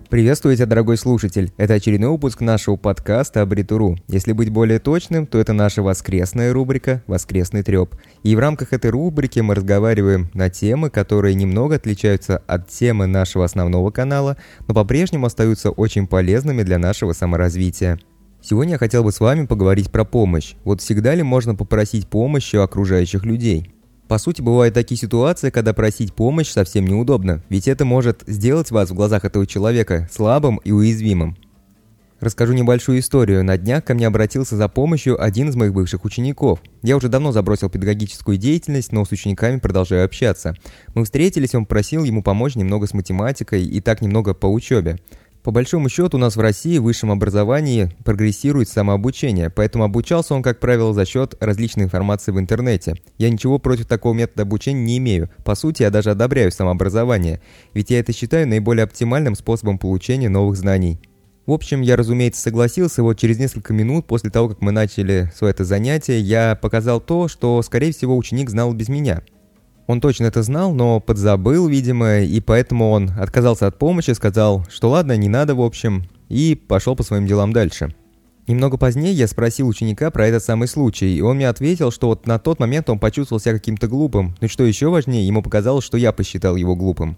Приветствую тебя, дорогой слушатель. Это очередной выпуск нашего подкаста «Абритуру». Если быть более точным, то это наша воскресная рубрика «Воскресный трёп». И в рамках этой рубрики мы разговариваем на темы, которые немного отличаются от темы нашего основного канала, но по-прежнему остаются очень полезными для нашего саморазвития. Сегодня я хотел бы с вами поговорить про помощь. Вот всегда ли можно попросить помощи у окружающих людей? По сути, бывают такие ситуации, когда просить помощь совсем неудобно, ведь это может сделать вас в глазах этого человека слабым и уязвимым. Расскажу небольшую историю. На днях ко мне обратился за помощью один из моих бывших учеников. Я уже давно забросил педагогическую деятельность, но с учениками продолжаю общаться. Мы встретились, он просил ему помочь немного с математикой и так немного по учебе. По большому счету, у нас в России в высшем образовании прогрессирует самообучение, поэтому обучался он, как правило, за счет различной информации в интернете. Я ничего против такого метода обучения не имею. По сути, я даже одобряю самообразование, ведь я это считаю наиболее оптимальным способом получения новых знаний. В общем, я, разумеется, согласился, и вот через несколько минут после того, как мы начали свое это занятие, я показал то, что, скорее всего, ученик знал без меня. Он точно это знал, но подзабыл, видимо, и поэтому он отказался от помощи, сказал, что ладно, не надо, в общем, и пошел по своим делам дальше. Немного позднее я спросил ученика про этот самый случай, и он мне ответил, что вот на тот момент он почувствовал себя каким-то глупым, но что еще важнее, ему показалось, что я посчитал его глупым.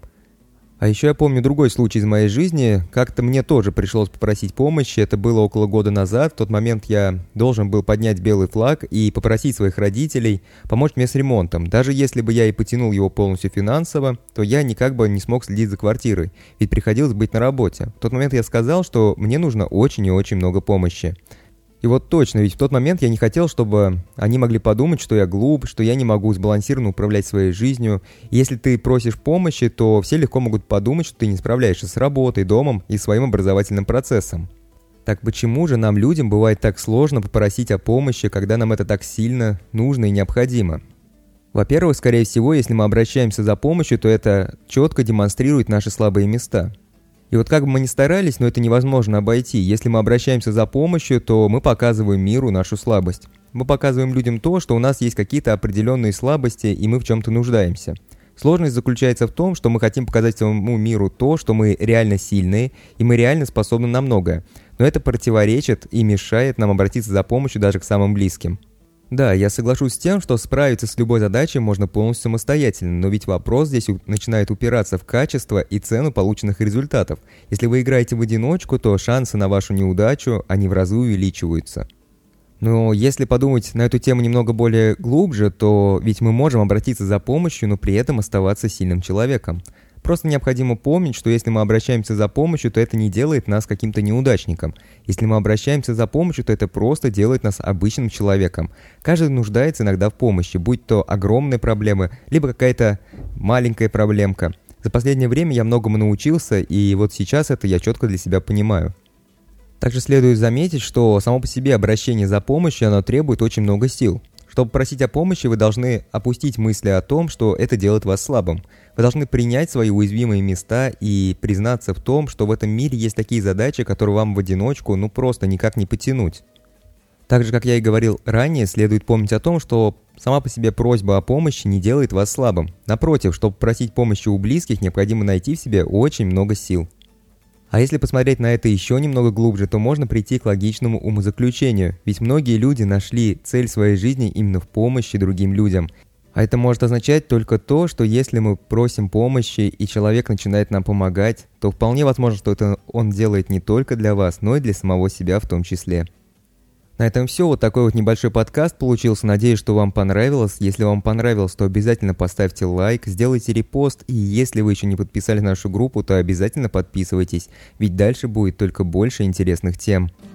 А еще я помню другой случай из моей жизни, как-то мне тоже пришлось попросить помощи, это было около года назад, в тот момент я должен был поднять белый флаг и попросить своих родителей помочь мне с ремонтом. Даже если бы я и потянул его полностью финансово, то я никак бы не смог следить за квартирой, ведь приходилось быть на работе. В тот момент я сказал, что мне нужно очень и очень много помощи. И вот точно, ведь в тот момент я не хотел, чтобы они могли подумать, что я глуп, что я не могу сбалансированно управлять своей жизнью. И если ты просишь помощи, то все легко могут подумать, что ты не справляешься с работой, домом и своим образовательным процессом. Так почему же нам, людям, бывает так сложно попросить о помощи, когда нам это так сильно нужно и необходимо? Во-первых, скорее всего, если мы обращаемся за помощью, то это четко демонстрирует наши слабые места. И вот как бы мы ни старались, но это невозможно обойти. Если мы обращаемся за помощью, то мы показываем миру нашу слабость. Мы показываем людям то, что у нас есть какие-то определенные слабости, и мы в чем-то нуждаемся. Сложность заключается в том, что мы хотим показать всему миру то, что мы реально сильные, и мы реально способны на многое. Но это противоречит и мешает нам обратиться за помощью даже к самым близким. Да, я соглашусь с тем, что справиться с любой задачей можно полностью самостоятельно, но ведь вопрос здесь начинает упираться в качество и цену полученных результатов. Если вы играете в одиночку, то шансы на вашу неудачу, они в разы увеличиваются. Но если подумать на эту тему немного более глубже, то ведь мы можем обратиться за помощью, но при этом оставаться сильным человеком. Просто необходимо помнить, что если мы обращаемся за помощью, то это не делает нас каким-то неудачником. Если мы обращаемся за помощью, то это просто делает нас обычным человеком. Каждый нуждается иногда в помощи, будь то огромные проблемы, либо какая-то маленькая проблемка. За последнее время я многому научился, и вот сейчас это я четко для себя понимаю. Также следует заметить, что само по себе обращение за помощью, оно требует очень много сил. Чтобы просить о помощи, вы должны опустить мысли о том, что это делает вас слабым. Вы должны принять свои уязвимые места и признаться в том, что в этом мире есть такие задачи, которые вам в одиночку просто никак не потянуть. Так же, как я и говорил ранее, следует помнить о том, что сама по себе просьба о помощи не делает вас слабым. Напротив, чтобы просить помощи у близких, необходимо найти в себе очень много сил. А если посмотреть на это еще немного глубже, то можно прийти к логичному умозаключению, ведь многие люди нашли цель своей жизни именно в помощи другим людям. А это может означать только то, что если мы просим помощи и человек начинает нам помогать, то вполне возможно, что это он делает не только для вас, но и для самого себя в том числе. На этом все. Вот такой вот небольшой подкаст получился. Надеюсь, что вам понравилось. Если вам понравилось, то обязательно поставьте лайк, сделайте репост. И если вы еще не подписались на нашу группу, то обязательно подписывайтесь. Ведь дальше будет только больше интересных тем.